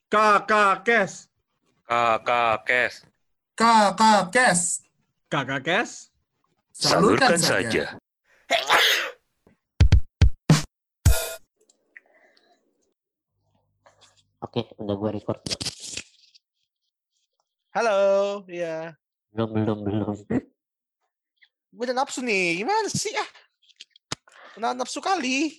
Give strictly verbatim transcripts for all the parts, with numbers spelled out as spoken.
Kakak Kes. Kakak Kes. Kakak Kes. Kakak Kes. Salurkan Salurkan saja. saja. Oke, udah gue record. Halo, ya. Belum, belum, belum. Gue udah nafsu nih. Gimana sih ah? Kena nafsu kali.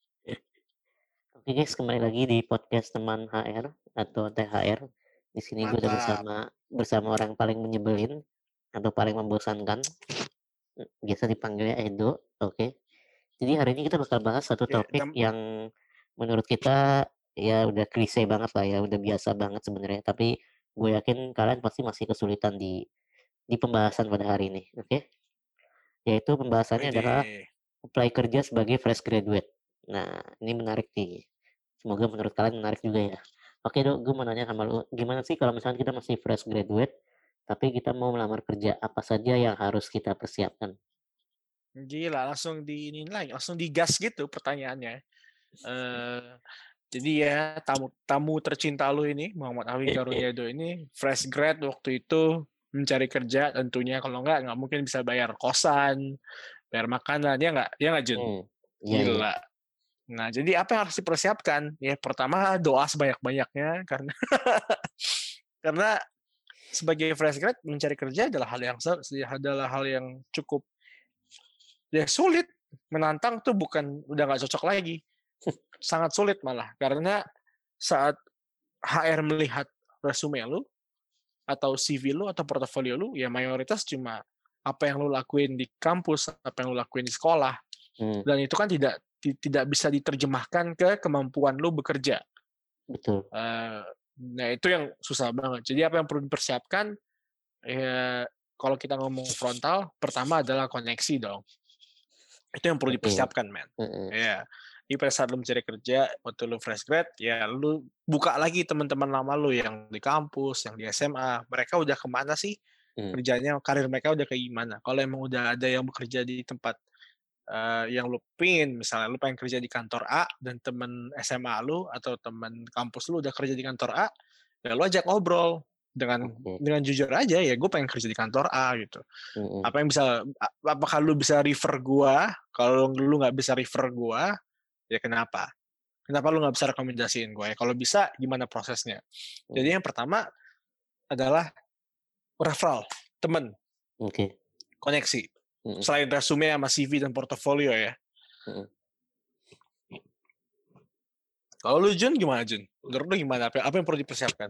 Oke guys, kembali lagi di podcast teman H R atau T H R. Di sini gue udah Mantap. bersama bersama orang paling menyebelin atau paling membosankan. Biasa dipanggilnya Edo. Oke. Jadi hari ini kita bakal bahas satu Ya, topik dam- yang menurut kita ya udah klise banget lah ya, udah biasa banget sebenarnya. Tapi gue yakin kalian pasti masih kesulitan di di pembahasan pada hari ini. Oke. Yaitu pembahasannya Wede. adalah apply kerja sebagai fresh graduate. Nah, ini menarik nih. Semoga menurut kalian menarik juga ya. Oke dok, gue mau nanya sama lu, gimana sih kalau misalnya kita masih fresh graduate, tapi kita mau melamar kerja, apa saja yang harus kita persiapkan? Gila, langsung di ini lagi, langsung digas gitu pertanyaannya. Eh, jadi ya tamu tamu tercinta lu ini Muhammad Awi Karuniado ini fresh grad waktu itu mencari kerja tentunya, kalau enggak nggak mungkin bisa bayar kosan, bayar makanan, ya nggak, ya nggak Jun? Hmm, iya, iya. Gila. Nah, jadi apa yang harus dipersiapkan? Ya, pertama doa sebanyak-banyaknya karena karena sebagai fresh grad mencari kerja adalah hal yang adalah hal yang cukup ya sulit, menantang tuh, bukan udah nggak cocok lagi, sangat sulit malah, karena saat H R melihat resume lu atau C V lu atau portofolio lu, ya mayoritas cuma apa yang lu lakuin di kampus, apa yang lu lakuin di sekolah, Hmm, dan itu kan tidak tidak bisa diterjemahkan ke kemampuan lu bekerja. betul. Uh, nah itu yang susah banget. Jadi apa yang perlu dipersiapkan? Ya, kalau kita ngomong frontal, pertama adalah koneksi dong. Itu yang perlu Oke. dipersiapkan, man. Heeh. Ya, di pada saat lu mencari kerja, waktu lu fresh grad, ya lu buka lagi teman-teman lama lu yang di kampus, yang di S M A. Mereka udah kemana sih Hmm. kerjanya? Karir mereka udah kayak gimana? Kalau emang udah ada yang bekerja di tempat Uh, yang lu pingin, misalnya lu pengen kerja di kantor A dan temen S M A lu atau temen kampus lu udah kerja di kantor A, ya lu ajak ngobrol dengan Oke. dengan jujur aja, ya gue pengen kerja di kantor A gitu. Hmm, Apa yang bisa, apakah lu bisa refer gua? Kalau lu nggak bisa refer gua, ya kenapa? Kenapa lu nggak bisa rekomendasiin gue? Ya kalau bisa, gimana prosesnya? Jadi yang pertama adalah referral, temen, Oke. koneksi. Hmm, Selain resume sama C V dan portofolio ya. hmm. Kalau lu Jun gimana Jun? Menurut lu gimana? Apa, apa yang perlu dipersiapkan?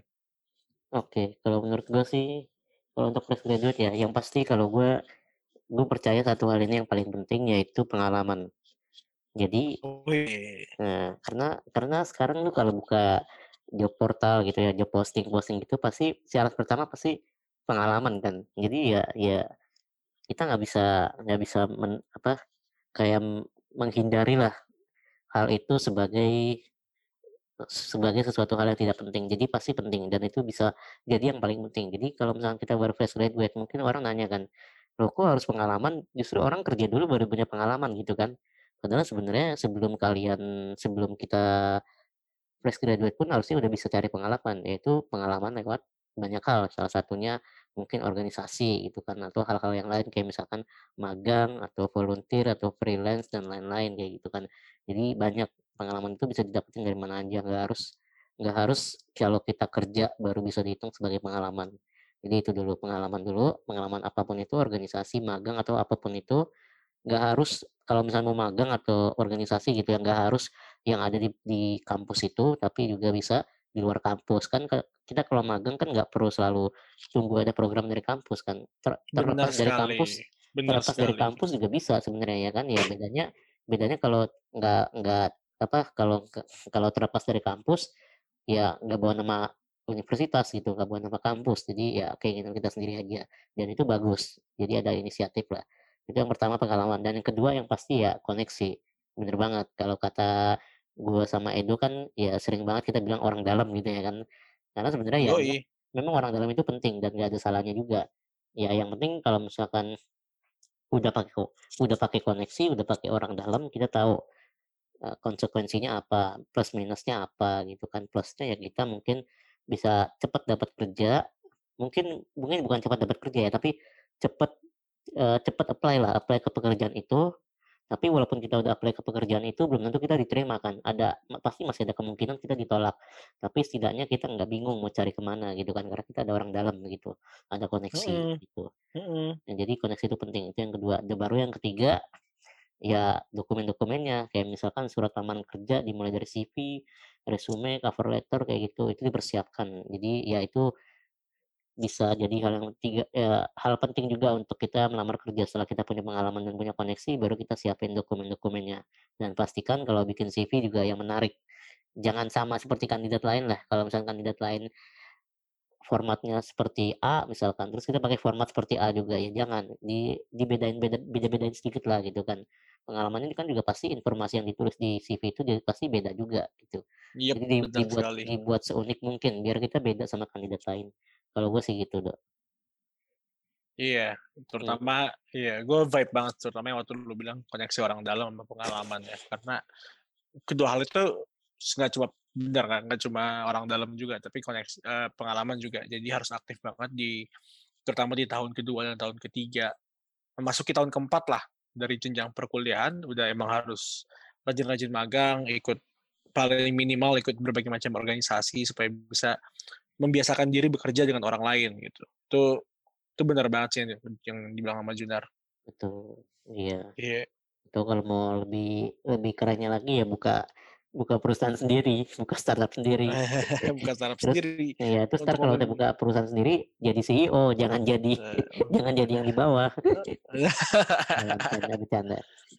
Oke, kalau menurut gue sih, kalau untuk fresh graduate ya, yang pasti kalau gue gue percaya satu hal ini yang paling penting, yaitu pengalaman. Jadi Oh, iya. Nah, karena karena sekarang lu kalau buka job portal gitu ya, job posting posting gitu, pasti syarat pertama pasti pengalaman kan. Jadi ya ya kita nggak bisa nggak bisa men, apa kayak m- menghindari lah hal itu sebagai sebagai sesuatu hal yang tidak penting. Jadi pasti penting dan itu bisa jadi yang paling penting. Jadi kalau misalnya kita baru fresh graduate, mungkin orang nanya kan, loh kok harus pengalaman? Justru orang kerja dulu baru punya pengalaman gitu kan. Padahal sebenarnya sebelum kalian sebelum kita fresh graduate pun harusnya udah bisa cari pengalaman, yaitu pengalaman lewat banyak hal, salah satunya mungkin organisasi gitu kan, atau hal-hal yang lain kayak misalkan magang atau volunteer atau freelance dan lain-lain kayak gitu kan. Jadi banyak pengalaman itu bisa didapetin dari mana aja, nggak harus nggak harus kalau kita kerja baru bisa dihitung sebagai pengalaman. Jadi itu dulu, pengalaman dulu, pengalaman apapun itu, organisasi, magang atau apapun itu. Nggak harus kalau misalnya mau magang atau organisasi gitu ya, nggak harus yang ada di di kampus itu, tapi juga bisa di luar kampus kan. Kita kalau magang kan nggak perlu selalu tunggu ada program dari kampus kan. Ter, Benar terlepas dari sekali. kampus Benar terlepas dari sekali. kampus juga bisa sebenarnya ya kan, ya bedanya bedanya kalau nggak nggak apa kalau kalau terlepas dari kampus ya nggak bawa nama universitas gitu, nggak bawa nama kampus, jadi ya keinginan kita sendiri aja, dan itu bagus, jadi ada inisiatif lah. Itu yang pertama, pengalaman. Dan yang kedua yang pasti ya koneksi. Bener banget. Kalau kata gue sama Edo kan ya sering banget kita bilang orang dalam gitu ya kan. Karena sebenarnya ya Yoi. memang orang dalam itu penting dan gak ada salahnya juga. Ya yang penting kalau misalkan udah pakai udah pakai koneksi, udah pakai orang dalam, kita tahu uh, konsekuensinya apa, plus minusnya apa gitu kan. Plusnya ya kita mungkin bisa cepat dapat kerja, mungkin mungkin bukan cepat dapat kerja ya, tapi cepat, eee, cepat apply-lah, apply ke pekerjaan itu, tapi walaupun kita udah apply ke pekerjaan itu belum tentu kita diterima kan, ada ma pasti masih ada kemungkinan kita ditolak, tapi setidaknya kita nggak bingung mau cari kemana gitu kan, karena kita ada orang dalam gitu, ada koneksi Mhm, gitu. mhm. Nah, jadi koneksi itu penting, itu yang kedua. Dan baru yang ketiga, ya dokumen-dokumennya, kayak misalkan surat lamaran kerja dimulai dari C V, resume, cover letter, kayak gitu, itu dipersiapkan. Jadi ya itu bisa jadi hal yang tiga ya hal penting juga untuk kita melamar kerja setelah kita punya pengalaman dan punya koneksi, baru kita siapin dokumen-dokumennya. Dan pastikan kalau bikin C V juga yang menarik. Jangan sama seperti kandidat lain lah, kalau misalkan kandidat lain formatnya seperti A misalkan, terus kita pakai format seperti A juga, ya jangan, di dibedain beda beda-bedain sedikit lah gitu kan. Pengalaman ini kan juga pasti informasi yang ditulis di C V itu juga pasti beda juga gitu. Yap, Jadi di benar dibuat sekali. dibuat seunik mungkin biar kita beda sama kandidat lain. Kalau gue sih gitu, Dok. Iya, Mhm, terutama iya, gue vibe banget terutama yang waktu lu bilang koneksi orang dalam sama pengalaman ya, karena kedua hal itu nggak cuma benar kan, nggak cuma orang dalam juga, tapi koneksi eee, pengalaman juga. Jadi harus aktif banget di terutama di tahun kedua dan tahun ketiga, memasuki tahun keempat lah dari jenjang perkuliahan udah emang harus rajin-rajin magang, ikut paling minimal ikut berbagai macam organisasi supaya bisa membiasakan diri bekerja dengan orang lain gitu. Itu itu benar banget sih yang yang dibilang sama Junar. betul. Iya, Iya, itu kalau mau lebih lebih kerennya lagi ya buka buka perusahaan sendiri, buka startup sendiri. bukan startup Terus sendiri ya terus untuk entar kalau udah ngomongin buka perusahaan sendiri jadi C E O, jangan jadi eee, jangan jadi yang di bawah. Nah, bercanda bercanda.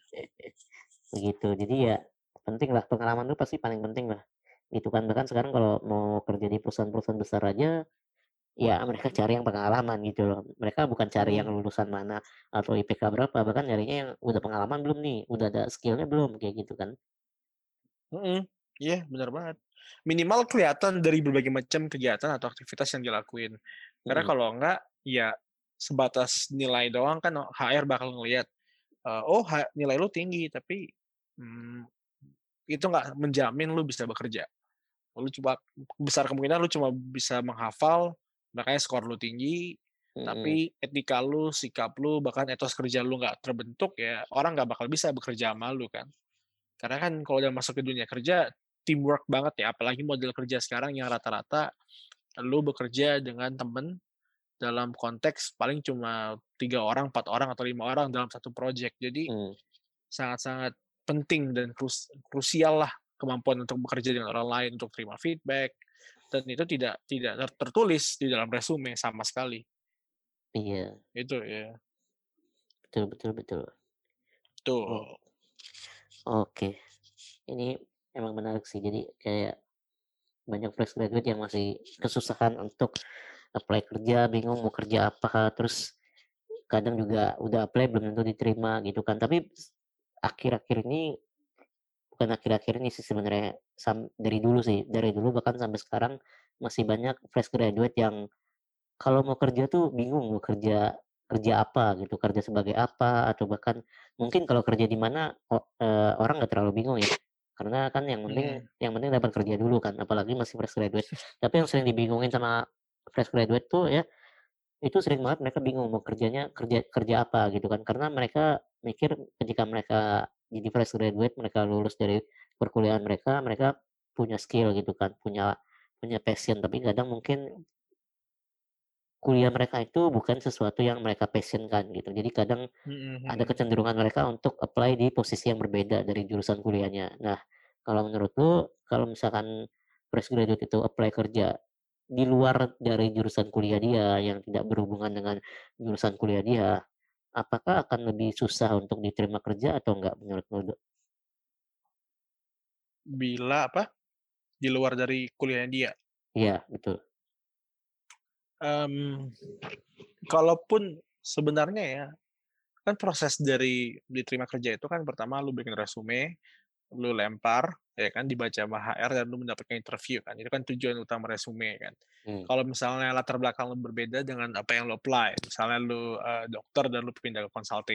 Begitu. Jadi ya penting lah, pengalaman itu pasti paling penting lah, gitu kan. Bahkan sekarang kalau mau kerja di perusahaan-perusahaan besar aja, ya mereka cari yang pengalaman gitu loh. Mereka bukan cari yang mhm, lulusan mana atau I P K berapa, bahkan nyarinya yang udah pengalaman belum nih, udah ada skill-nya belum, kayak gitu kan. mhm, iya benar banget. Minimal kelihatan dari berbagai macam kegiatan atau aktivitas yang dilakuin. Karena Mhm, kalau enggak, ya sebatas nilai doang kan H R bakal ngelihat, eee, oh ha nilai lu tinggi tapi, mmm, itu nggak menjamin lu bisa bekerja. Lu coba besar kemungkinan lu cuma bisa menghafal, makanya skor lu tinggi, mhm, tapi etika lu, sikap lu, bahkan etos kerja lu nggak terbentuk, ya orang nggak bakal bisa bekerja sama lu kan. Karena kan kalau udah masuk ke dunia kerja, teamwork banget ya, apalagi model kerja sekarang yang rata-rata lu bekerja dengan temen dalam konteks paling cuma tiga orang, empat orang, atau lima orang dalam satu project. Jadi mmm, sangat-sangat penting dan krus krusial lah kemampuan untuk bekerja dengan orang lain, untuk terima feedback, dan itu tidak tidak ter tertulis di dalam resume sama sekali. iya, Itu ya, betul betul betul. Oh, tuh. oke. Ini emang menarik sih, jadi kayak banyak fresh graduate yang masih kesusahan untuk apply kerja, bingung mau kerja apa, terus kadang juga udah apply belum tentu diterima gitu kan. Tapi akhir-akhir ini bukan akhir-akhir ini sih sebenarnya, sam dari dulu sih, dari dulu bahkan sampai sekarang masih banyak fresh graduate yang kalau mau kerja tuh bingung mau kerja kerja apa gitu, kerja sebagai apa, atau bahkan mungkin kalau kerja di mana o eee, orang nggak terlalu bingung ya, karena kan yang penting Mhm, yang penting dapat kerja dulu kan, apalagi masih fresh graduate. Tapi yang sering dibingungin sama fresh graduate tuh ya, itu sering banget mereka bingung mau kerjanya kerja kerja apa gitu kan, karena mereka mikir ketika mereka jadi fresh graduate, mereka lulus dari perkuliahan mereka, mereka punya skill gitu kan, punya punya passion, tapi kadang mungkin kuliah mereka itu bukan sesuatu yang mereka passion-kan gitu. Jadi kadang mhm ada mhm. kecenderungan mereka untuk apply di posisi yang berbeda dari jurusan kuliahnya. Nah, kalau menurut lu, kalau misalkan fresh graduate itu apply kerja di luar dari jurusan kuliah dia, yang tidak berhubungan dengan jurusan kuliah dia, apakah akan lebih susah untuk diterima kerja atau enggak menurut lu, Dok? Bila apa, di luar dari kuliahnya dia. Iya, betul. Mmm, kalaupun sebenarnya ya, kan proses dari diterima kerja itu kan pertama lu bikin resume, lu lempar, ya kan, dibaca sama H R dan lu mendapatkan interview kan, itu kan tujuan utama resume kan. Mmm, Kalau misalnya latar belakang lu berbeda dengan apa yang lu apply, misalnya lu, eee, dokter dan lu pindah ke consulting,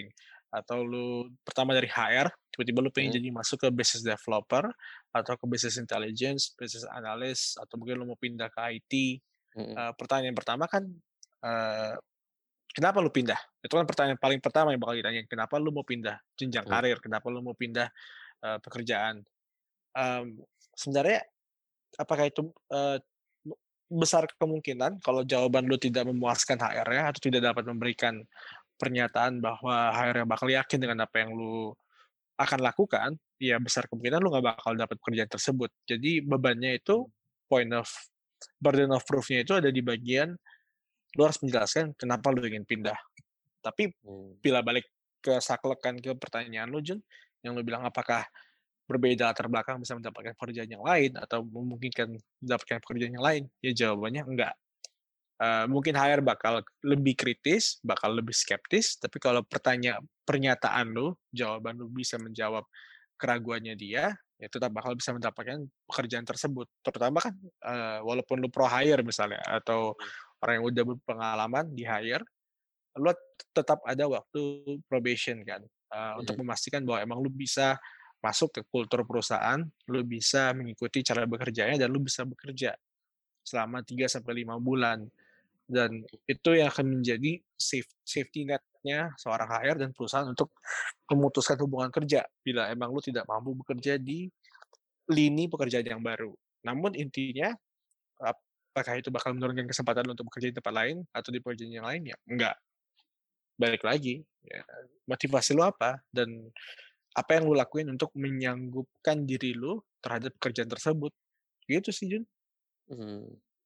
atau lu pertama dari H R, tiba-tiba lu pengen Hmm. jadi masuk ke business developer, atau ke business intelligence, business analyst, atau mungkin lu mau pindah ke I T. Hmm. Uh, pertanyaan pertama kan, uh, kenapa lu pindah? Itu kan pertanyaan paling pertama yang bakal ditanya. Kenapa lu mau pindah jenjang Hmm. karir? Kenapa lu mau pindah uh, pekerjaan? Um, sebenarnya apakah itu uh, besar kemungkinan kalau jawaban lu tidak memuaskan H R-nya atau tidak dapat memberikan pernyataan bahwa H R-nya bakal yakin dengan apa yang lu akan lakukan, ya besar kemungkinan lu nggak bakal dapat pekerjaan tersebut. Jadi bebannya itu point of burden of proof-nya itu ada di bagian lu harus menjelaskan kenapa lu ingin pindah. Tapi Hmm. bila balik ke saklekan ke pertanyaan lu, Jun, yang lu bilang apakah berbeda latar belakang bisa mendapatkan pekerjaan yang lain atau memungkinkan mendapatkan pekerjaan yang lain, ya jawabannya enggak. Uh, mungkin H R bakal lebih kritis, bakal lebih skeptis, tapi kalau pertanyaan pernyataan lu, jawaban lu bisa menjawab keraguannya dia, ya tetap bakal bisa mendapatkan pekerjaan tersebut. Terutama kan, uh, walaupun lu pro hire misalnya, atau orang yang udah berpengalaman di hire, lu tetap ada waktu probation kan, uh, untuk Hmm. memastikan bahwa emang lu bisa masuk ke kultur perusahaan, lu bisa mengikuti cara bekerjanya, dan lu bisa bekerja selama tiga sampai lima bulan. Dan itu yang akan menjadi safety net-nya seorang H R dan perusahaan untuk memutuskan hubungan kerja bila emang lu tidak mampu bekerja di lini pekerjaan yang baru. Namun intinya, apakah itu bakal menurunkan kesempatan lu untuk bekerja di tempat lain atau di pekerjaan yang lain? Ya enggak. Balik lagi, ya, motivasi lu apa dan apa yang lu lakuin untuk menyanggupkan diri lu terhadap pekerjaan tersebut. Gitu sih, Jun. Hmm.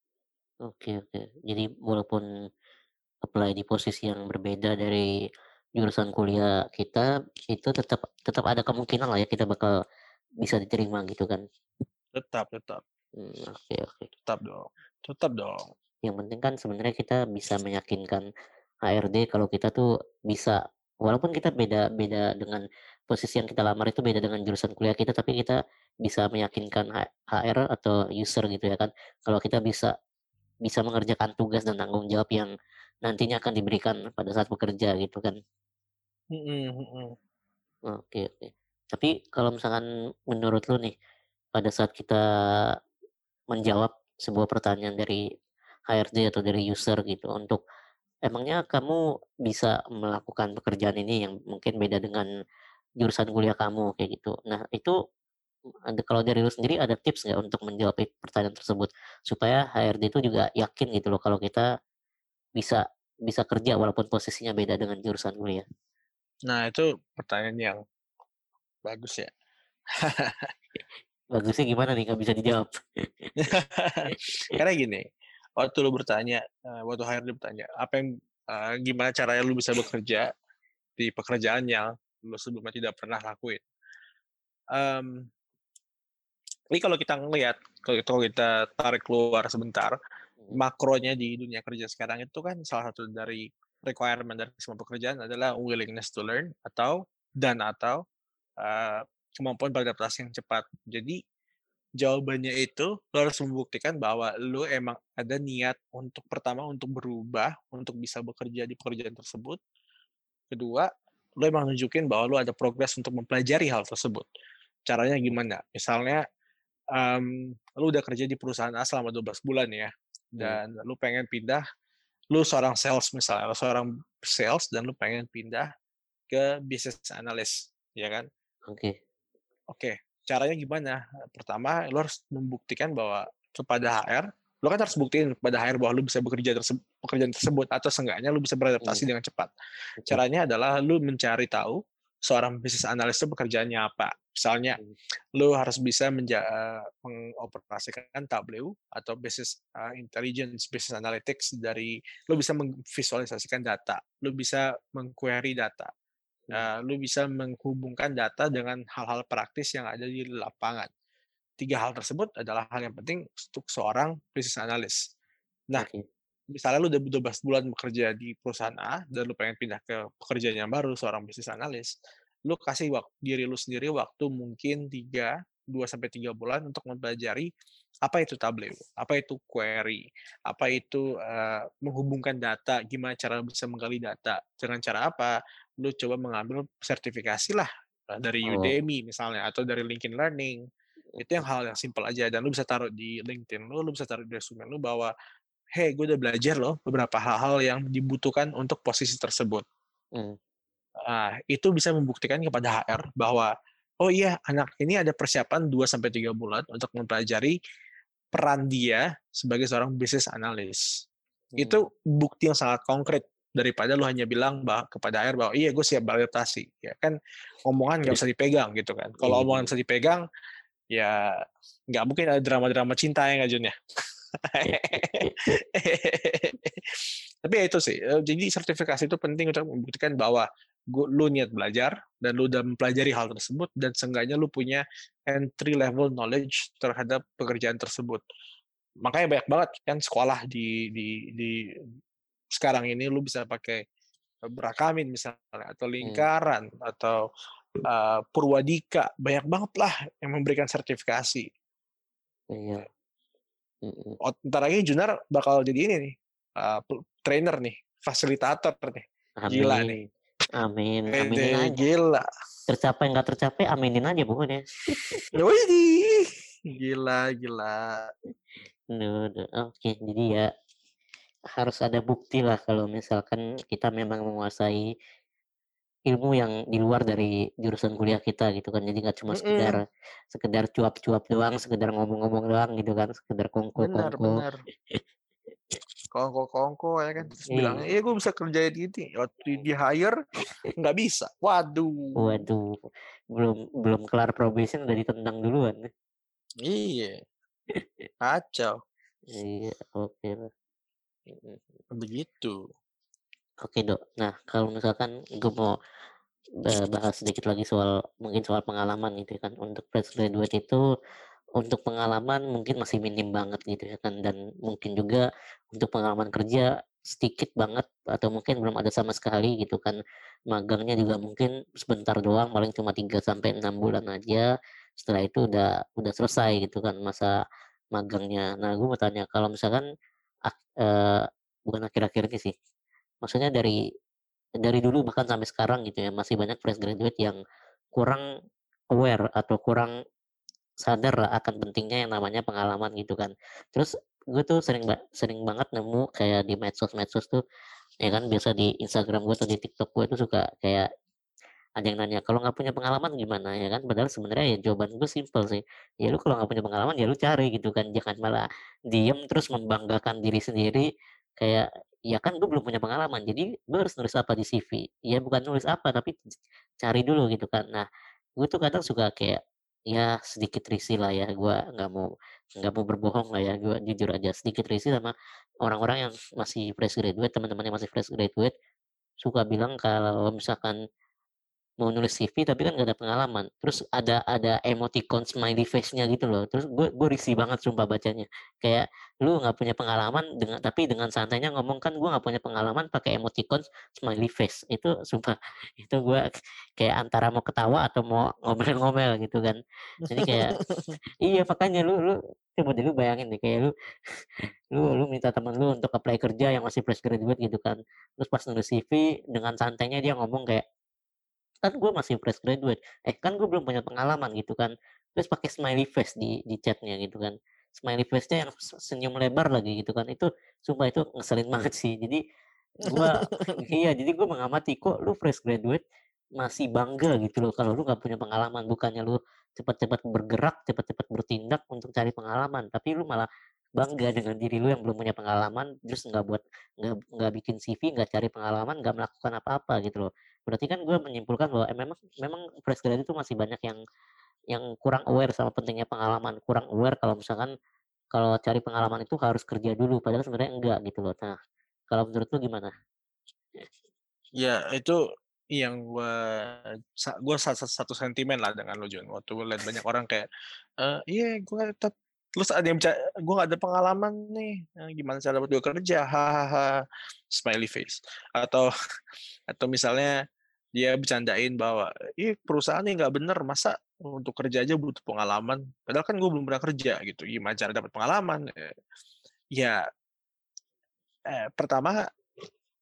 Oke, oke. Jadi walaupun apply di posisi yang berbeda dari jurusan kuliah kita, itu tetap tetap ada kemungkinan lah ya kita bakal bisa diterima gitu kan. Tetap, tetap, Hmm, oke, oke. tetap dong, tetap dong. Yang penting kan sebenarnya kita bisa meyakinkan H R D kalau kita tuh bisa, walaupun kita beda beda dengan posisi yang kita lamar itu beda dengan jurusan kuliah kita, tapi kita bisa meyakinkan H HR atau user gitu ya kan, kalau kita bisa bisa mengerjakan tugas dan tanggung jawab yang nantinya akan diberikan pada saat bekerja gitu kan. Mhm, mhm. Oke, oke. Tapi kalau misalkan menurut lu nih, pada saat kita menjawab sebuah pertanyaan dari H R D atau dari user gitu untuk, emangnya kamu bisa melakukan pekerjaan ini yang mungkin beda dengan jurusan kuliah kamu kayak gitu. Nah itu, ada kalau dari lu sendiri ada tips nggak untuk menjawab i pertanyaan tersebut? Supaya H R D itu juga yakin gitu loh kalau kita bisa bisa kerja walaupun posisinya beda dengan jurusan kuliah. Nah, itu pertanyaan yang bagus ya. Bagusnya gimana nih nggak bisa dijawab? Karena gini, waktu lu bertanya, eee, waktu H R D bertanya, apa yang eee, gimana caranya lu bisa bekerja di pekerjaan yang lu sebelumnya tidak pernah lakuin? Mmm, ini kalau kita ngelihat, kalau kalau kita tarik keluar sebentar, Mhm. makronya di dunia kerja sekarang itu kan salah satu dari requirement dari semua pekerjaan adalah willingness to learn atau dan atau, eee, kemampuan beradaptasi yang cepat. Jadi jawabannya itu, lo harus membuktikan bahwa lo emang ada niat untuk pertama, untuk berubah, untuk bisa bekerja di pekerjaan tersebut. Kedua, lo emang nunjukin bahwa lo ada progres untuk mempelajari hal tersebut. Caranya gimana? Misalnya, mmm, lo udah kerja di perusahaan A selama dua belas bulan ya, Mhm. dan lo pengen pindah, lo seorang sales misalnya, lo seorang sales dan lo pengen pindah ke business analyst, ya kan? Oke. Oke, caranya gimana? Pertama, lo harus membuktikan bahwa kepada H R, lo kan harus buktiin kepada H R bahwa lo bisa bekerja tersebut, pekerjaan tersebut atau seenggaknya lo bisa beradaptasi Mhm. dengan cepat. Oke. Caranya adalah lo mencari tahu seorang business analyst itu pekerjaannya apa. Misalnya, Mhm. lo harus bisa menja eee, mengoperasikan Tableau atau business eee, intelligence, business analytics dari lo bisa memvisualisasikan data, lo bisa meng-query data. Mhm. Eee, lu bisa menghubungkan data dengan hal-hal praktis yang ada di lapangan. Tiga hal tersebut adalah hal yang penting untuk seorang business analyst. Nah, Oke. misalnya lu udah dua belas bulan bekerja di perusahaan A dan lu pengen pindah ke pekerjaan yang baru, seorang business analyst, lu kasih wak diri lu sendiri waktu mungkin tiga, dua sampai tiga bulan untuk mempelajari apa itu Tableau, apa itu query, apa itu, eee, menghubungkan data, gimana cara bisa menggali data, dengan cara apa? lu coba mengambil sertifikasi lah eh, dari Oh, Udemy misalnya atau dari LinkedIn Learning. Itu yang hal yang simpel aja dan lu bisa taruh di LinkedIn lu, lu bisa taruh di resume lu bahwa hey, gue udah belajar loh beberapa hal-hal yang dibutuhkan untuk posisi tersebut. hmm, Nah, itu bisa membuktikan kepada H R bahwa oh iya, anak ini ada persiapan dua sampai tiga bulan untuk mempelajari peran dia sebagai seorang business analyst. hmm, Itu bukti yang sangat konkret daripada lu hanya bilang bah, kepada H R bahwa iya gue siap beradaptasi. Ya kan omongan nggak bisa dipegang gitu kan. Kalau omongan iya. bisa dipegang, ya nggak mungkin ada drama-drama cinta ya nggak Jun ya. Tapi ya itu sih. eh, Jadi sertifikasi itu penting untuk membuktikan bahwa gua- lu niat belajar dan lu udah mempelajari hal tersebut dan seenggaknya lu punya entry level knowledge terhadap pekerjaan tersebut. Makanya banyak banget kan sekolah di di di sekarang ini lu bisa pakai Brakamin misalnya atau Hmm, Lingkaran atau uh, Purwadika, banyak banget lah yang memberikan sertifikasi. iya. Mm-mm. Oh, ntar lagi Junar bakal jadi ini nih, uh, trainer nih, fasilitator nih. Gila nih. Amin. Amin. Aminin Ede, aja. gila. Tercapai nggak tercapai, aminin aja bukan ya. Wih, gila, gila. Duh, duh. Oke, jadi ya harus ada bukti lah kalau misalkan kita memang menguasai ilmu yang di luar dari jurusan kuliah kita gitu kan. Jadi nggak cuma Mm-mm, sekedar sekedar cuap-cuap doang, sekedar ngomong-ngomong doang gitu kan, sekedar benar, kongko-kongko. benar. Kongko-kongko ya kan. Terus bilangnya, Iya. iya gue bisa kerja di ini. Waktu di hire, nggak bisa. Waduh. Waduh, belum belum kelar probation udah ditendang duluan. Iya, kacau. Iya, oke lah. Mm. Begitu. Oke, Dok. Nah, kalau misalkan gue mau eh, bahas sedikit lagi soal mungkin soal pengalaman gitu kan. Untuk fresh graduate itu untuk pengalaman mungkin masih minim banget gitu ya kan, dan mungkin juga untuk pengalaman kerja sedikit banget atau mungkin belum ada sama sekali gitu kan. Magangnya juga mungkin sebentar doang, paling cuma tiga sampai enam bulan aja. Setelah itu udah udah selesai gitu kan masa magangnya. Nah, gue mau tanya kalau misalkan ak- eh, bukan akhir-akhir ini sih. Maksudnya dari dari dulu bahkan sampai sekarang gitu ya, masih banyak fresh graduate yang kurang aware atau kurang sadar lah akan pentingnya yang namanya pengalaman gitu kan. Terus gue tuh sering ba sering banget nemu kayak di medsos-medsos tuh, ya kan biasa di Instagram gue atau di TikTok gue tuh suka kayak ada yang nanya, "Kalau nggak punya pengalaman gimana?" Ya kan, padahal sebenarnya ya jawaban gue simpel sih, ya lu kalau nggak punya pengalaman ya lu cari gitu kan, jangan malah diem terus membanggakan diri sendiri kayak, "Ya kan gue belum punya pengalaman, jadi gue harus nulis apa di C V?" Ya bukan nulis apa, tapi cari dulu gitu kan. Nah, gue tuh kadang suka kayak, ya sedikit risih lah ya, gue nggak mau nggak mau berbohong lah ya, gue jujur aja sedikit risih sama orang-orang yang masih fresh graduate, teman-teman yang masih fresh graduate, suka bilang kalau misalkan mau nulis C V tapi kan gak ada pengalaman, terus ada ada emoticon smiley face-nya gitu loh, terus gue gue risih banget sumpah bacanya, kayak lu nggak punya pengalaman dengan tapi dengan santainya ngomong kan gue nggak punya pengalaman pakai emoticon smiley face, itu sumpah itu gue kayak antara mau ketawa atau mau ngomel-ngomel gitu kan. Jadi kayak iya makanya lu lu coba deh lu bayangin deh kayak lu lu lu minta temen lu untuk apply kerja yang masih fresh graduate gitu kan, terus pas nulis C V dengan santainya dia ngomong kayak, kan gue masih fresh graduate, eh kan gue belum punya pengalaman gitu kan, terus pakai smiley face di di chatnya gitu kan, smiley face-nya yang senyum lebar lagi gitu kan, itu sumpah itu ngeselin banget sih. Jadi gue iya jadi gue mengamati kok lu fresh graduate masih bangga gitu loh kalau lu nggak punya pengalaman, bukannya lu cepat-cepat bergerak cepat-cepat bertindak untuk cari pengalaman, tapi lu malah bangga dengan diri lu yang belum punya pengalaman, terus nggak buat nggak nggak bikin C V, nggak cari pengalaman, nggak melakukan apa-apa gitu loh. Berarti kan gue menyimpulkan bahwa, eh, memang memang fresh graduate itu masih banyak yang yang kurang aware sama pentingnya pengalaman, kurang aware kalau misalkan kalau cari pengalaman itu harus kerja dulu, padahal sebenarnya enggak gitu loh. Nah, kalau menurut lu gimana? Ya, itu yang gua sa gua sa sa satu sentimen lah dengan lu, Jun. Waktu gua lihat banyak orang kayak, eee, "Iya, gua tetap," terus ada yang berca "Gua nggak ada pengalaman nih, eee, gimana cara dapat gua kerja? Hahaha," smiley face. Atau atau misalnya dia bercandain bahwa, "Ih, perusahaan nih nggak bener, masa untuk kerja aja butuh pengalaman? Padahal kan gua belum pernah kerja," gitu. Gimana cara dapat pengalaman? Eee, ya, eee, pertama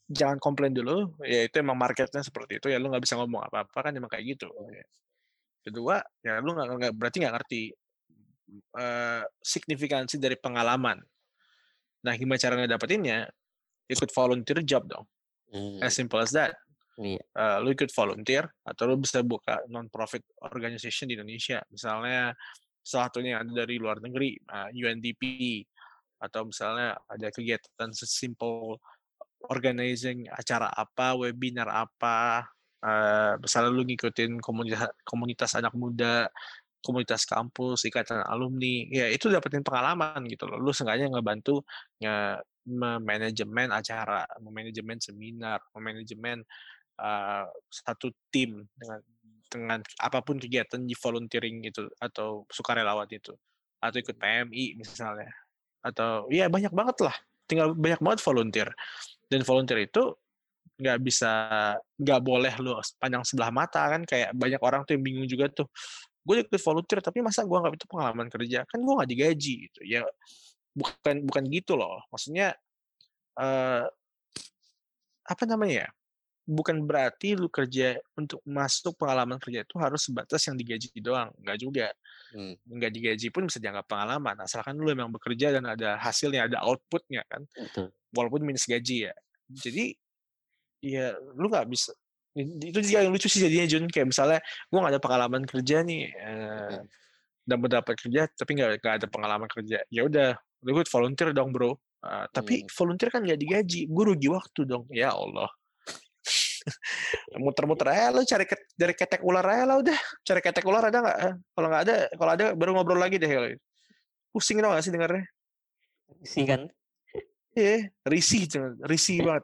jangan komplain dulu, ya itu emang marketnya seperti itu, ya lu nggak bisa ngomong apa-apa kan emang kayak gitu. Ya. Kedua, ya lu nggak nggak berarti nggak ngerti uh, signifikansi dari pengalaman. Nah, gimana cara ngedapetinnya? Ikut volunteer job dong. Hmm, As simple as that. iya. Uh, lu ikut volunteer atau lu bisa buka non-profit organization di Indonesia. Misalnya salah satunya ada dari luar negeri, uh, U N D P, atau misalnya ada kegiatan sesimpel organizing acara apa, webinar apa, uh, misalnya lu ngikutin komunitas, komunitas anak muda, komunitas kampus, ikatan alumni, ya itu dapetin pengalaman gitu loh. Lu seenggaknya ngebantu nge manajemen acara, manajemen seminar, manajemen uh, satu tim dengan dengan apapun kegiatan di volunteering itu atau sukarelawan itu, atau ikut P M I misalnya, atau ya banyak banget lah, tinggal banyak banget volunteer. Dan volunteer itu nggak bisa, nggak boleh lu pandang sebelah mata kan, kayak banyak orang tuh yang bingung juga tuh, gue ikut volunteer tapi masa gue nggak itu pengalaman kerja, kan gue nggak digaji gitu ya. Bukan bukan gitu loh, maksudnya uh, apa namanya ya, bukan berarti lu kerja untuk masuk pengalaman kerja itu harus sebatas yang digaji doang, nggak juga. Hmm. Nggak digaji pun bisa dianggap pengalaman, asalkan lu memang bekerja dan ada hasilnya, ada outputnya kan, Betul. walaupun minus gaji ya. Jadi ya lu nggak bisa, itu juga yang lucu sih jadinya Jun, kayak misalnya gue nggak ada pengalaman kerja nih, eh, Hmm. dan mendapat kerja tapi nggak nggak ada pengalaman kerja, ya udah lu ikut volunteer dong bro. Uh, tapi Hmm. volunteer kan nggak digaji, gue rugi waktu dong, ya Allah. Muter-muter aja lo, cari ke, dari ketek ular aja lah udah, cari ketek ular ada nggak? Kalau nggak ada, kalau ada baru ngobrol lagi deh. Pusing tau gak sih dengarnya? Sih kan. Iya, yeah, risih, risih banget.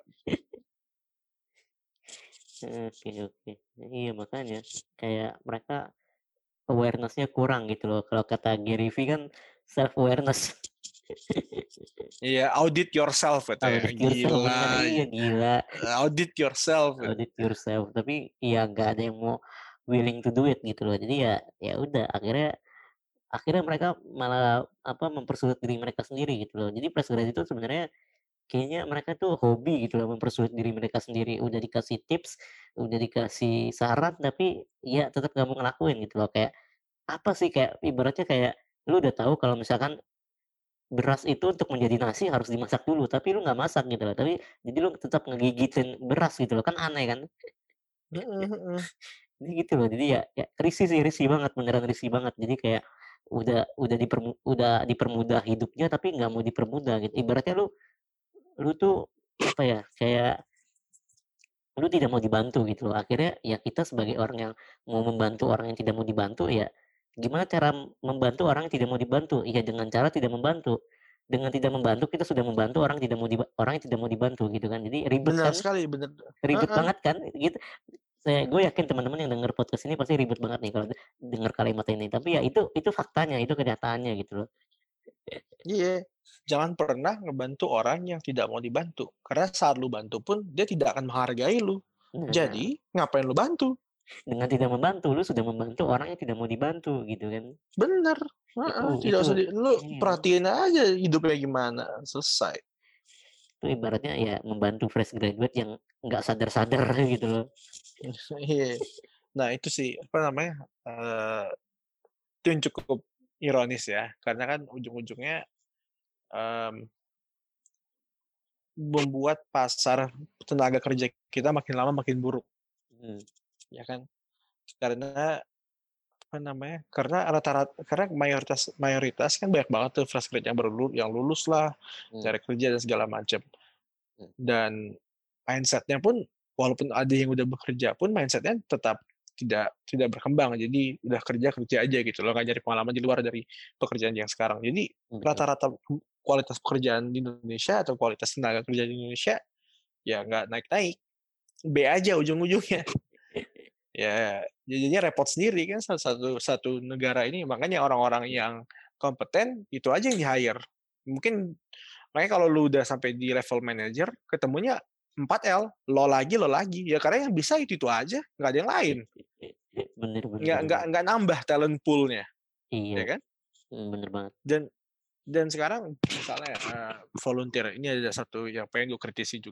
Oke oke, iya makanya kayak mereka awareness-nya kurang gitu loh. Kalau kata Gary V kan self awareness. Iya, audit yourself gitu ya. Audit yourself, bener. Gila. Iya gila. Audit yourself. Audit yourself, tapi ya nggak ada yang mau willing to do it gitu loh. Jadi ya ya udah akhirnya akhirnya mereka malah apa mempersulit diri mereka sendiri gitu loh. Jadi fresh grad itu sebenarnya kayaknya mereka tuh hobi gitu loh, mempersulit diri mereka sendiri. Udah dikasih tips, udah dikasih saran, tapi ya tetap nggak mau ngelakuin gitu loh. Kayak apa sih, kayak ibaratnya kayak lu udah tahu kalau misalkan beras itu untuk menjadi nasi harus dimasak dulu, tapi lu nggak masak gitu loh. Tapi jadi lu tetap ngegigitin beras gitu loh, kan aneh kan? Jadi gitu loh. Jadi ya, ya risih sih, risih banget, beneran risih banget. Jadi kayak udah udah dipermu, udah dipermudah hidupnya tapi nggak mau dipermudah gitu. Ibaratnya lu lu tuh apa ya, kayak lu tidak mau dibantu gitu loh. Akhirnya ya kita sebagai orang yang mau membantu orang yang tidak mau dibantu, ya gimana cara membantu orang yang tidak mau dibantu? Ya dengan cara tidak membantu. Dengan tidak membantu kita sudah membantu orang tidak mau diba orang yang tidak mau dibantu gitu kan. Jadi ribet Benar kan? sekali, benar. Ribet Uh-uh. banget kan? Gitu. Saya gue yakin teman-teman yang denger podcast ini pasti ribet banget nih kalau denger kalimat ini. Tapi ya itu itu faktanya, itu kenyataannya gitu loh. Iya, jangan pernah ngebantu orang yang tidak mau dibantu. Karena saat lu bantu pun dia tidak akan menghargai lu. Nah, Jadi ngapain lu bantu? dengan tidak membantu lu sudah membantu orang yang tidak mau dibantu gitu kan. Bener. Itu Uh-uh. Tidak itu usah di, lu iya. perhatiin aja hidupnya gimana, selesai. Itu ibaratnya ya membantu fresh graduate yang nggak sadar-sadar gitu loh. Iya. Nah itu sih apa namanya, uh, itu yang cukup ironis ya, karena kan ujung-ujungnya um, membuat pasar tenaga kerja kita makin lama makin buruk, Hmm. ya kan? Karena apa namanya? Karena rata-rata, karena mayoritas mayoritas kan banyak banget tuh fresh grad yang baru yang lulus lah, Hmm. cari kerja dan segala macam. Hmm. Dan mindsetnya pun, walaupun ada yang udah bekerja pun mindsetnya tetap tidak tidak berkembang. Jadi udah kerja kerja aja gitu loh, nggak nyari pengalaman di luar dari pekerjaan yang sekarang. Jadi Hmm. rata-rata kualitas pekerjaan di Indonesia atau kualitas tenaga kerja di Indonesia ya nggak naik-naik, B aja ujung-ujungnya. Ya jadinya repot sendiri kan satu satu negara ini. Makanya orang-orang yang kompeten itu aja yang di-hire. Mungkin makanya kalau lu udah sampai di level manager, ketemunya empat L, lo lagi lo lagi ya, karena yang bisa itu itu aja, nggak ada yang lain. Bener bener. Nggak nggak nggak nambah talent pool-nya, Iya. ya kan? Bener banget. Dan dan sekarang misalnya uh, volunteer ini ada satu yang pengen gue kritisi juga.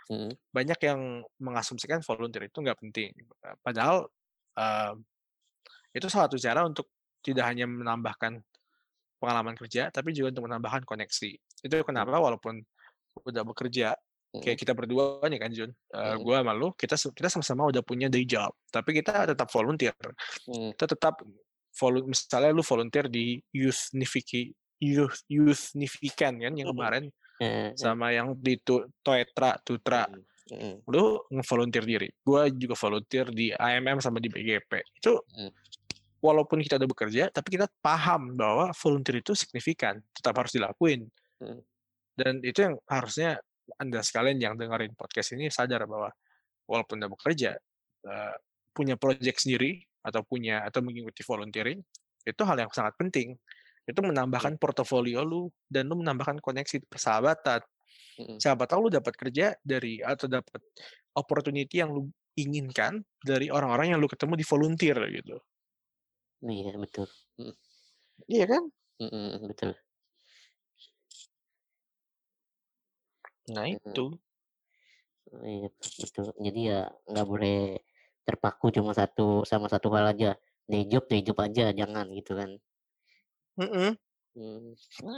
Mhm. Banyak yang mengasumsikan volunteer itu nggak penting. Eee, padahal, eee, itu salah satu cara untuk tidak hanya menambahkan pengalaman kerja, tapi juga untuk menambahkan koneksi. Itu Mhm. kenapa walaupun udah bekerja, Mhm. kayak kita berdua nih kan Jun, eee, Mhm. gua sama lu, kita se kita sama-sama udah punya day job, tapi kita tetap volunteer. Mhm. Kita tetap volu misalnya lu volunteer di Youthnifica Youth Youthnifican kan yang kemarin, Heeh heeh. sama yang di tu Toetra Tutra. Mhm mhm. Lu nge-volunteer diri, gua juga volunteer di A M M sama di B G P. Itu Mhm. walaupun kita udah bekerja, tapi kita paham bahwa volunteer itu signifikan, tetap harus dilakuin. Mhm. Dan itu yang harusnya Anda sekalian yang dengerin podcast ini sadar bahwa walaupun udah bekerja, eee, punya project sendiri atau punya atau mengikuti volunteering, itu hal yang sangat penting. Itu Iya. menambahkan portofolio lu dan lu menambahkan koneksi persahabatan. Mhm. Siapa tahu lu dapat kerja dari atau dapat opportunity yang lu inginkan dari orang-orang yang lu ketemu di volunteer gitu. Iya betul. Mhm. Iya kan? Mhm mhm, betul. Nah Mhm. itu. Iya, betul. Jadi ya nggak boleh terpaku cuma satu sama satu hal aja. Day job, day job aja, jangan gitu kan. Mhm, Mmm.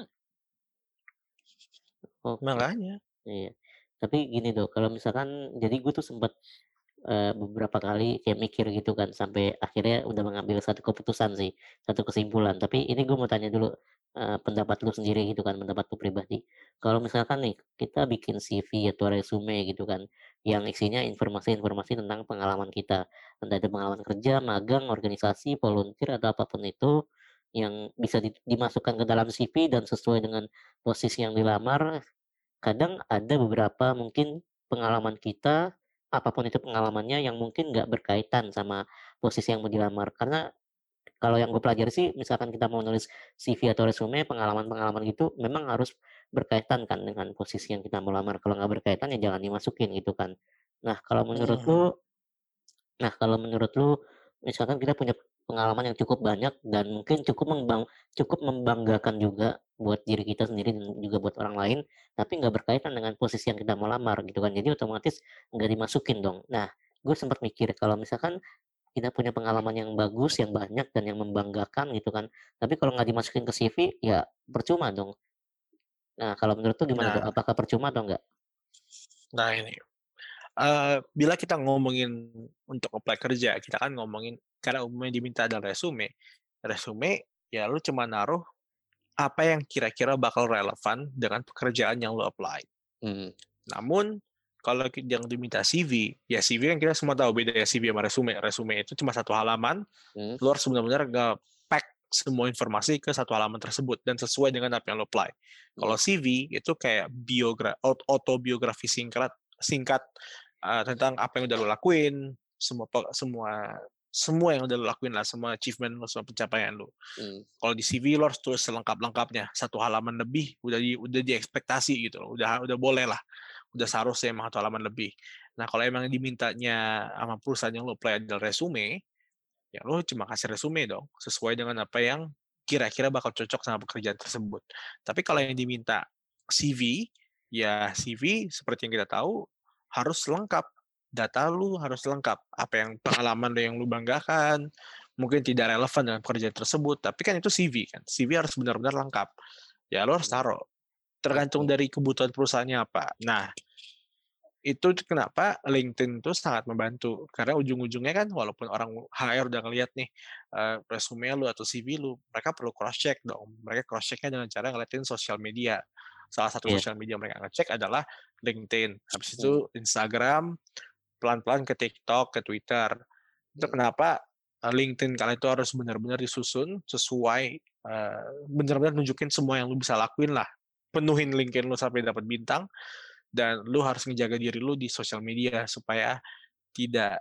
Oke, makanya. iya. Tapi gini Dok, kalau misalkan jadi gue tuh sempet, eee, beberapa kali kayak mikir gitu kan, sampai akhirnya udah mengambil satu keputusan sih, satu kesimpulan. Tapi ini gue mau tanya dulu, eee, pendapat lu sendiri gitu kan, pendapat lu pribadi. Kalau misalkan nih, kita bikin C V atau resume gitu kan, yang isinya informasi-informasi tentang pengalaman kita, entah itu pengalaman kerja, magang, organisasi, volunteer, atau apapun itu, yang bisa di dimasukkan ke dalam C V dan sesuai dengan posisi yang dilamar. Kadang ada beberapa mungkin pengalaman kita, apapun itu pengalamannya yang mungkin nggak berkaitan sama posisi yang mau dilamar. Karena kalau yang gue pelajari sih misalkan kita mau nulis C V atau resume, pengalaman-pengalaman gitu memang harus berkaitan kan dengan posisi yang kita mau lamar. Kalau nggak berkaitan ya jangan dimasukin gitu kan. Nah kalau menurut Mhm. lu Nah, kalau menurut lu, misalkan kita punya pengalaman yang cukup banyak dan mungkin cukup membang cukup membanggakan juga buat diri kita sendiri dan juga buat orang lain, tapi nggak berkaitan dengan posisi yang kita mau lamar gitu kan. Jadi otomatis nggak dimasukin dong. Nah, gue sempat mikir kalau misalkan kita punya pengalaman yang bagus, yang banyak dan yang membanggakan gitu kan, tapi kalau nggak dimasukin ke C V, ya percuma dong. Nah, kalau menurut tuh gimana tuh? Nah Apakah percuma atau enggak? nah ini, eee, bila kita ngomongin untuk apply kerja, kita kan ngomongin karena umumnya diminta adalah resume. Resume, ya lu cuma naruh apa yang kira-kira bakal relevan dengan pekerjaan yang lu apply. Mhm. Namun, kalau ki yang diminta C V, ya C V kan kita semua tahu beda ya C V sama resume. Resume itu cuma satu halaman, Mhm. lu harus benar-benar nge-pack semua informasi ke satu halaman tersebut dan sesuai dengan apa yang lu apply. Mhm. Kalau C V itu kayak biogra aut autobiografi singkat singkat, eee, tentang apa yang udah lu lakuin, semua pe semua semua yang udah lu lakuin lah, semua achievement lu, semua pencapaian lu. Mhm. Kalau di C V lu harus tulis selengkap-lengkapnya, satu halaman lebih udah di udah diekspektasi gitu loh, udah udah boleh lah, udah seharusnya emang satu halaman lebih. Nah, kalau emang dimintanya sama perusahaan yang lu apply adalah resume, ya lu cuma kasih resume dong, sesuai dengan apa yang kira-kira bakal cocok sama pekerjaan tersebut. Tapi kalau yang diminta C V, ya C V seperti yang kita tahu harus lengkap. Data lu harus lengkap. Apa yang pengalaman lu yang lu banggakan, mungkin tidak relevan dengan pekerjaan tersebut, tapi kan itu C V kan. C V harus benar-benar lengkap. Ya lu harus Mhm. taruh. Tergantung Oke. dari kebutuhan perusahaannya apa. Nah, itu kenapa LinkedIn itu sangat membantu, karena ujung-ujungnya kan walaupun orang H R udah ngelihat nih, eee, resume lu atau C V lu, mereka perlu cross check dong. Mereka cross check-nya dengan cara ngeliatin sosial media. Salah satu Iya. sosial media mereka ngecek adalah LinkedIn, habis Mhm. itu Instagram, pelan-pelan ke TikTok, ke Twitter. Itu Mhm. kenapa, eee, LinkedIn kalian itu harus benar-benar disusun sesuai, eee, benar-benar nunjukin semua yang lu bisa lakuin lah. Penuhin LinkedIn lu sampai dapat bintang, dan lu harus ngejaga diri lu di sosial media supaya tidak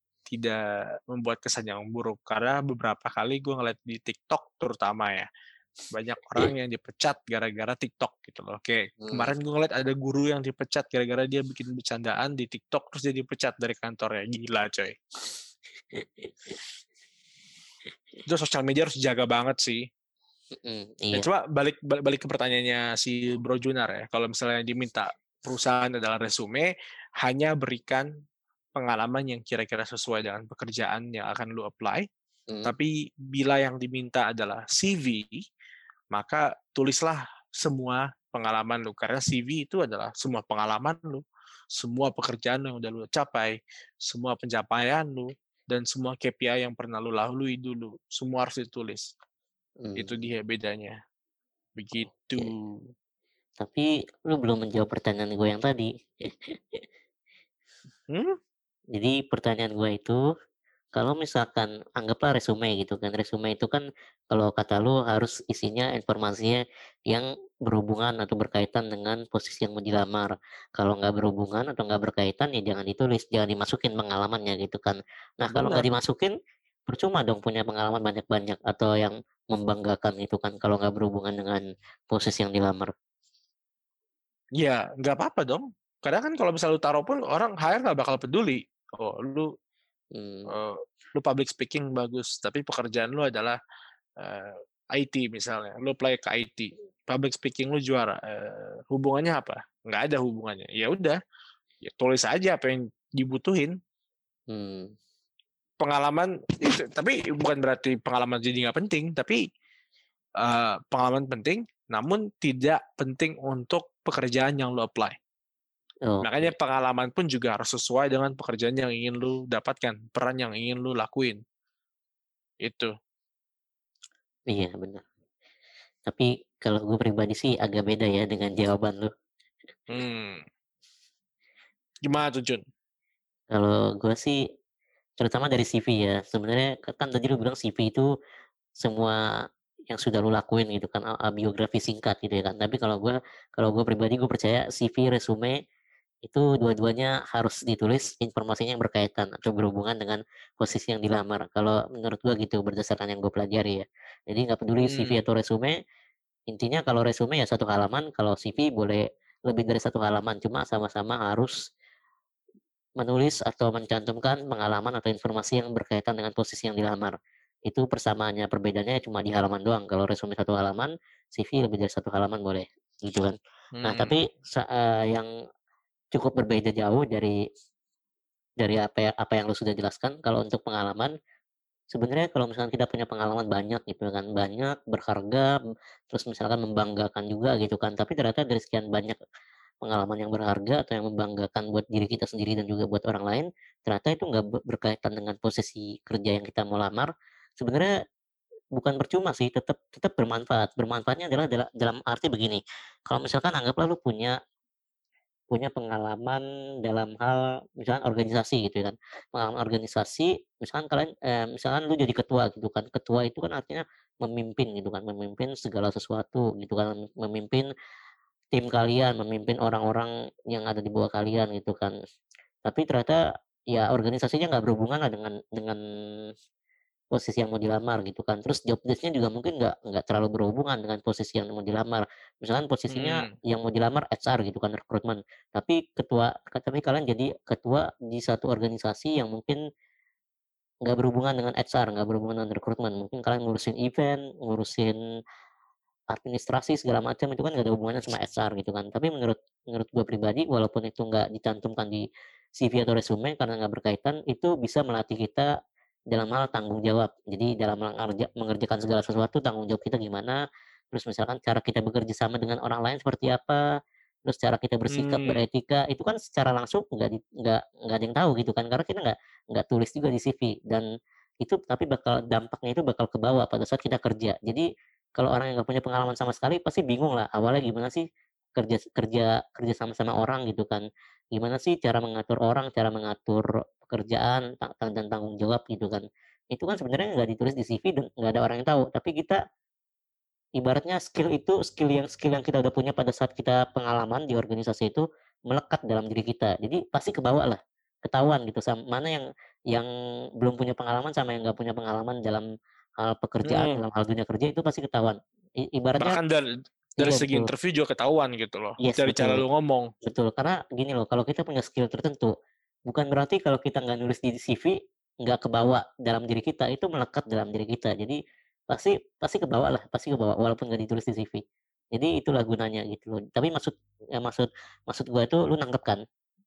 tidak membuat kesan yang buruk. Karena beberapa kali gue ngeliat di TikTok terutama ya, banyak orang Iya. yang dipecat gara-gara TikTok gitu loh. Kayak Mmm. kemarin gue ngeliat ada guru yang dipecat gara-gara dia bikin bercandaan di TikTok terus dia dipecat dari kantornya. Gila coy. Itu sosial media harus dijaga banget sih. Mhm, Ya iya. coba balik balik ke pertanyaannya si Bro Junar ya. Kalau misalnya diminta perusahaan adalah resume, hanya berikan pengalaman yang kira-kira sesuai dengan pekerjaan yang akan lu apply. Hmm. Tapi bila yang diminta adalah C V, maka tulislah semua pengalaman lu. Karena C V itu adalah semua pengalaman lu, semua pekerjaan yang udah lu capai, semua pencapaian lu, dan semua K P I yang pernah lu lalui dulu. Semua harus ditulis. Hmm. Itu dia bedanya. Begitu. Oke. Tapi lu belum menjawab pertanyaan gue yang tadi. Hmm? Jadi pertanyaan gue itu, kalau misalkan anggaplah resume gitu kan, resume itu kan kalau kata lu harus isinya informasinya yang berhubungan atau berkaitan dengan posisi yang mau dilamar. Kalau nggak berhubungan atau nggak berkaitan ya jangan ditulis, jangan dimasukin pengalamannya gitu kan. Nah kalau nggak Benar. dimasukin, percuma dong punya pengalaman banyak-banyak atau yang membanggakan itu kan kalau nggak berhubungan dengan posisi yang dilamar. Ya, nggak apa-apa dong. Kadang kan kalau misalnya lu taruh pun orang H R nggak bakal peduli. Oh, lu Hmm. uh, lu public speaking bagus, tapi pekerjaan lu adalah uh, I T misalnya. Lu apply ke I T, public speaking lu juara. Uh, hubungannya apa? Nggak ada hubungannya. Ya udah, ya tulis aja apa yang dibutuhin. Hmm. Pengalaman itu, tapi bukan berarti pengalaman jadi nggak penting, tapi uh, pengalaman penting, namun tidak penting untuk pekerjaan yang lu apply. Oh, Makanya pengalaman pun juga harus sesuai dengan pekerjaan yang ingin lu dapatkan, peran yang ingin lu lakuin. Itu. iya benar. Tapi kalau gue pribadi sih agak beda ya dengan jawaban lu. Hmm. Gimana tuh, Jun? Kalau gue sih, terutama dari C V ya, sebenarnya kan tadi lu bilang C V itu semua yang sudah lu lakuin gitu kan, a- a- biografi singkat gitu ya kan. Tapi kalau gue, kalau gue pribadi gue percaya C V, resume itu dua-duanya harus ditulis informasinya yang berkaitan atau berhubungan dengan posisi yang dilamar. Kalau menurut gue gitu berdasarkan yang gue pelajari ya. Jadi nggak peduli C V Hmm. atau resume, intinya kalau resume ya satu halaman, kalau C V boleh lebih dari satu halaman, cuma sama-sama harus menulis atau mencantumkan pengalaman atau informasi yang berkaitan dengan posisi yang dilamar. Itu persamaannya, perbedaannya cuma di halaman doang. Kalau resume satu halaman, C V lebih dari satu halaman boleh, gitu kan. Nah, Hmm. tapi sa- eh, yang cukup berbeda jauh dari dari apa ya, apa yang lu sudah jelaskan. Kalau untuk pengalaman, sebenarnya kalau misalkan kita punya pengalaman banyak gitu kan, banyak, berharga, terus misalkan membanggakan juga gitu kan. Tapi ternyata dari sekian banyak pengalaman yang berharga atau yang membanggakan buat diri kita sendiri dan juga buat orang lain, ternyata itu nggak ber- berkaitan dengan posisi kerja yang kita mau lamar. Sebenarnya bukan percuma sih, tetap tetap bermanfaat. Bermanfaatnya adalah dalam, dalam arti begini. Kalau misalkan anggaplah lu punya punya pengalaman dalam hal misalkan organisasi gitu kan. Pengalaman organisasi, misalkan kalian eh, misalkan lu jadi ketua gitu kan. Ketua itu kan artinya memimpin gitu kan, memimpin segala sesuatu gitu kan, memimpin tim kalian, memimpin orang-orang yang ada di bawah kalian gitu kan. Tapi ternyata ya organisasinya nggak berhubungan lah dengan dengan posisi yang mau dilamar gitu kan. Terus job desk-nya juga mungkin nggak nggak terlalu berhubungan dengan posisi yang mau dilamar. Misalkan posisinya Hmm. yang mau dilamar H R gitu kan, rekrutmen. Tapi ketua, tapi kalian jadi ketua di satu organisasi yang mungkin nggak berhubungan dengan H R, nggak berhubungan dengan rekrutmen. Mungkin kalian ngurusin event, ngurusin administrasi segala macam itu kan gak ada hubungannya sama H R gitu kan. Tapi menurut menurut gue pribadi, walaupun itu nggak dicantumkan di C V atau resume karena nggak berkaitan, itu bisa melatih kita dalam hal tanggung jawab. Jadi dalam mengerja- mengerjakan segala sesuatu, tanggung jawab kita gimana, terus misalkan cara kita bekerja sama dengan orang lain seperti apa, terus cara kita bersikap, Hmm. beretika, itu kan secara langsung nggak di- nggak nggak ada yang tahu gitu kan, karena kita nggak nggak tulis juga di C V. Dan itu tapi bakal dampaknya itu bakal ke bawah pada saat kita kerja. Jadi kalau orang yang nggak punya pengalaman sama sekali pasti bingung lah, awalnya gimana sih kerja kerja kerja sama-sama orang gitu kan, gimana sih cara mengatur orang, cara mengatur pekerjaan ta- dan tanggung jawab gitu kan. Itu kan sebenarnya nggak ditulis di C V dan nggak ada orang yang tahu, tapi kita ibaratnya skill itu skill yang skill yang kita udah punya pada saat kita pengalaman di organisasi itu melekat dalam diri kita, jadi pasti kebawa lah, ketahuan gitu sama mana yang yang belum punya pengalaman sama yang nggak punya pengalaman dalam hal pekerjaan, Hmm. dalam hal dunia kerja itu pasti ketahuan. I- ibaratnya Bahkan dari dari iya segi betul, interview juga ketahuan gitu loh. yes Dari cara betul. lu ngomong. Betul, karena gini loh, kalau kita punya skill tertentu, bukan berarti kalau kita nggak nulis di C V, nggak kebawa dalam diri kita, itu melekat dalam diri kita. Jadi pasti pasti kebawa lah, pasti kebawa walaupun nggak ditulis di C V. Jadi itulah gunanya gitu loh. Tapi maksud ya maksud maksud gue itu lu nangkep kan?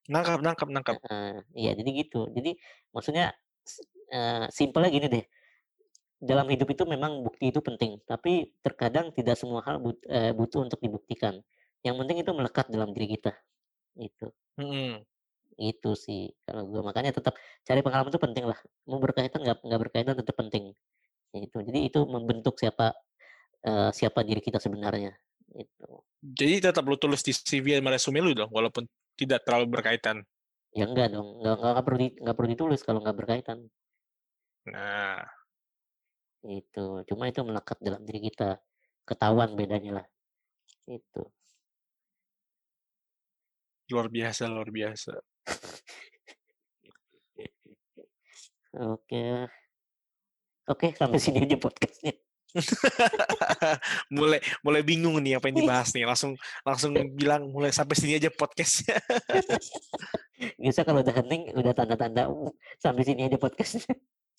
Nangkap, nangkap, nangkap. Heeh, iya jadi gitu. Jadi maksudnya s eee, simpelnya gini deh, dalam hidup itu memang bukti itu penting, tapi terkadang tidak semua hal but eee, butuh untuk dibuktikan. Yang penting itu melekat dalam diri kita, gitu. Mhm. Itu sih kalau gua, makanya tetap cari pengalaman itu penting lah, mau berkaitan nggak nggak berkaitan tetap penting, gitu. Jadi itu membentuk siapa, eee, siapa diri kita sebenarnya, gitu. Jadi tetap lu tulis di C V sama resume lu dong, walaupun tidak terlalu berkaitan? Ya enggak dong, nggak nggak perlu di nggak perlu ditulis kalau nggak berkaitan. Nah, Itu, cuma itu melekat dalam diri kita, ketahuan bedanya lah, itu. luar biasa, luar biasa. Oke. Oke, sampai sini aja podcast-nya. Mulai mulai bingung nih apa yang dibahas nih, langsung langsung bilang mulai sampai sini aja podcast-nya. Biasa kalau udah hening, udah tanda-tanda, uh, sampai sini aja podcast-nya.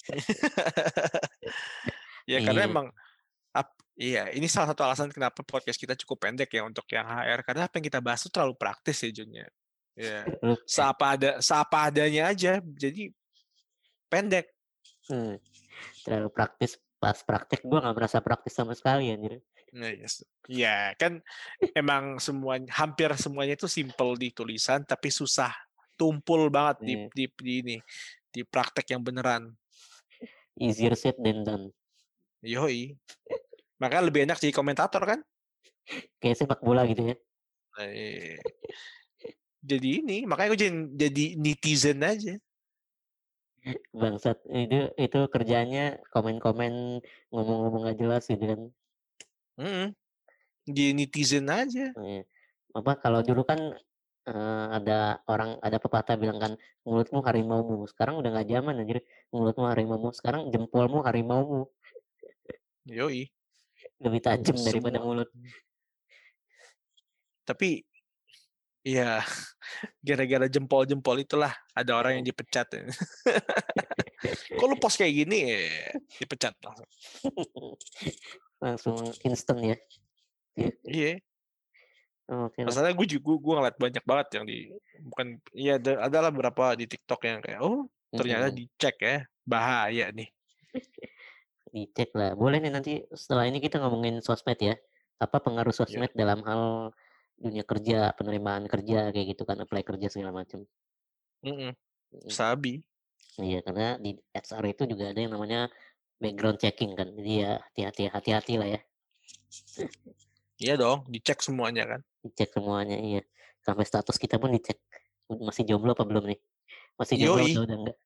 Ya karena Iya. emang ap iya, ini salah satu alasan kenapa podcast kita cukup pendek ya untuk yang H R, karena apa yang kita bahas itu terlalu praktis ya, Jun, ya. Ya, Lu seapa ada seapa adanya aja, jadi pendek. hmm, terlalu praktis, pas praktek gua nggak merasa praktis sama sekali anjir. Nah, yes. Ya, kan emang semuanya hampir semuanya itu simple di tulisan tapi susah tumpul banget di Iya. di di ini, di praktek yang beneran. Easier said than done. Yoi. Makanya lebih enak jadi komentator kan? Kayak sepak bola gitu ya. Eh, jadi ini, makanya gue jadi, jadi netizen aja. Bangsat, itu itu kerjanya komen-komen, ngomong-ngomong nggak jelas gitu kan. Mm-mm. Jadi netizen aja. Iya. Apa kalau dulu kan, eee, ada orang ada pepatah bilang kan, "Mulutmu harimaumu." Sekarang udah nggak zaman anjir, mulutmu harimaumu, sekarang jempolmu harimaumu. Yoi. Lebih tajam daripada Semua. mulut. Tapi ya gara-gara jempol-jempol itulah ada orang yang dipecat. Ya. Kok lu post kayak gini? Eh, dipecat langsung. Langsung instan ya. Iya. Oke lah. Masalahnya gue juga gue ngeliat banyak banget yang di bukan iya ada adalah beberapa di TikTok yang kayak oh ternyata Mhm. dicek ya bahaya nih. Dicek lah. Boleh nih nanti setelah ini kita ngomongin sosmed ya. Apa pengaruh Ya. sosmed dalam hal dunia kerja, penerimaan kerja kayak gitu kan, apply kerja segala macam. Mm-mm. Mhm. Sabi. Iya, karena di H R itu juga ada yang namanya background checking kan. Jadi ya hati-hati hati-hati lah ya. Iya dong, dicek semuanya kan. Dicek semuanya, iya. Sampai status kita pun dicek. Masih jomblo apa belum nih? Masih jomblo Yoi. atau udah enggak?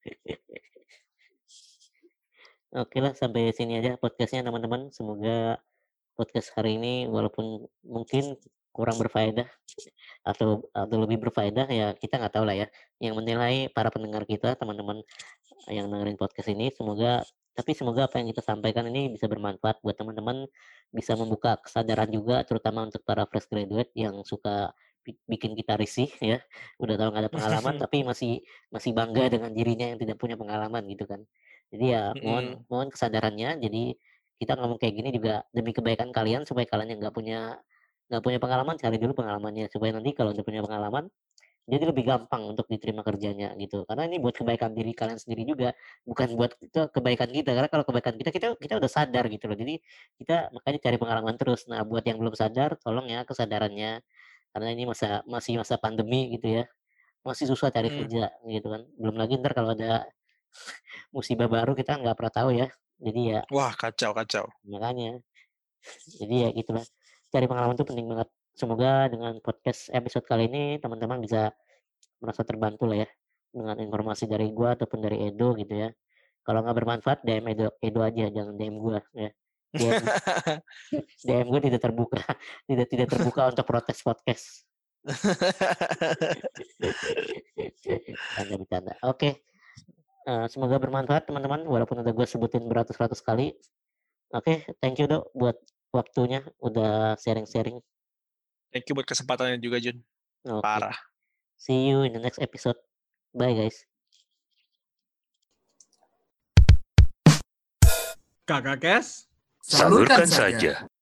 Oke lah, sampai sini aja podcastnya teman-teman. Semoga podcast hari ini walaupun mungkin kurang berfaedah atau atau lebih berfaedah ya kita nggak tahu lah ya. Yang menilai para pendengar kita, teman-teman yang dengerin podcast ini, semoga tapi semoga apa yang kita sampaikan ini bisa bermanfaat buat teman-teman, bisa membuka kesadaran juga terutama untuk para fresh graduate yang suka bi- bikin kita risih ya. Udah tahu nggak ada pengalaman tapi masih masih bangga dengan dirinya yang tidak punya pengalaman gitu kan. Jadi ya mohon Mm-mm. mohon kesadarannya. Jadi kita ngomong kayak gini juga demi kebaikan kalian supaya kalian yang nggak punya nggak punya pengalaman cari dulu pengalamannya supaya nanti kalau udah punya pengalaman jadi lebih gampang untuk diterima kerjanya gitu. Karena ini buat kebaikan diri kalian sendiri juga, bukan buat itu kebaikan kita. Karena kalau kebaikan kita kita kita udah sadar gitu loh. Jadi kita makanya cari pengalaman terus. Nah, buat yang belum sadar, tolong ya kesadarannya. Karena ini masa masih masa pandemi gitu ya. Masih susah cari Mm-mm. kerja gitu kan. Belum lagi ntar kalau ada musibah baru kita nggak pernah tahu ya. Jadi ya Wah kacau kacau. makanya. Jadi ya gitulah. Cari pengalaman itu penting banget. Semoga dengan podcast episode kali ini teman-teman bisa merasa terbantu lah ya dengan informasi dari gua ataupun dari Edo gitu ya. Kalau nggak bermanfaat D M Edo, Edo aja, jangan D M gua ya. D M D M gua tidak terbuka, tidak tidak terbuka untuk protes podcast. Bercanda-bercanda. Oke, eh, semoga bermanfaat teman-teman. Walaupun udah gue sebutin beratus-ratus kali. Oke, thank you Dok buat waktunya, udah sharing-sharing. Thank you buat kesempatannya juga Jun. Oke, Parah. see you in the next episode. Bye guys. Kakak Kes. Salurkan Salurkan saja. saja.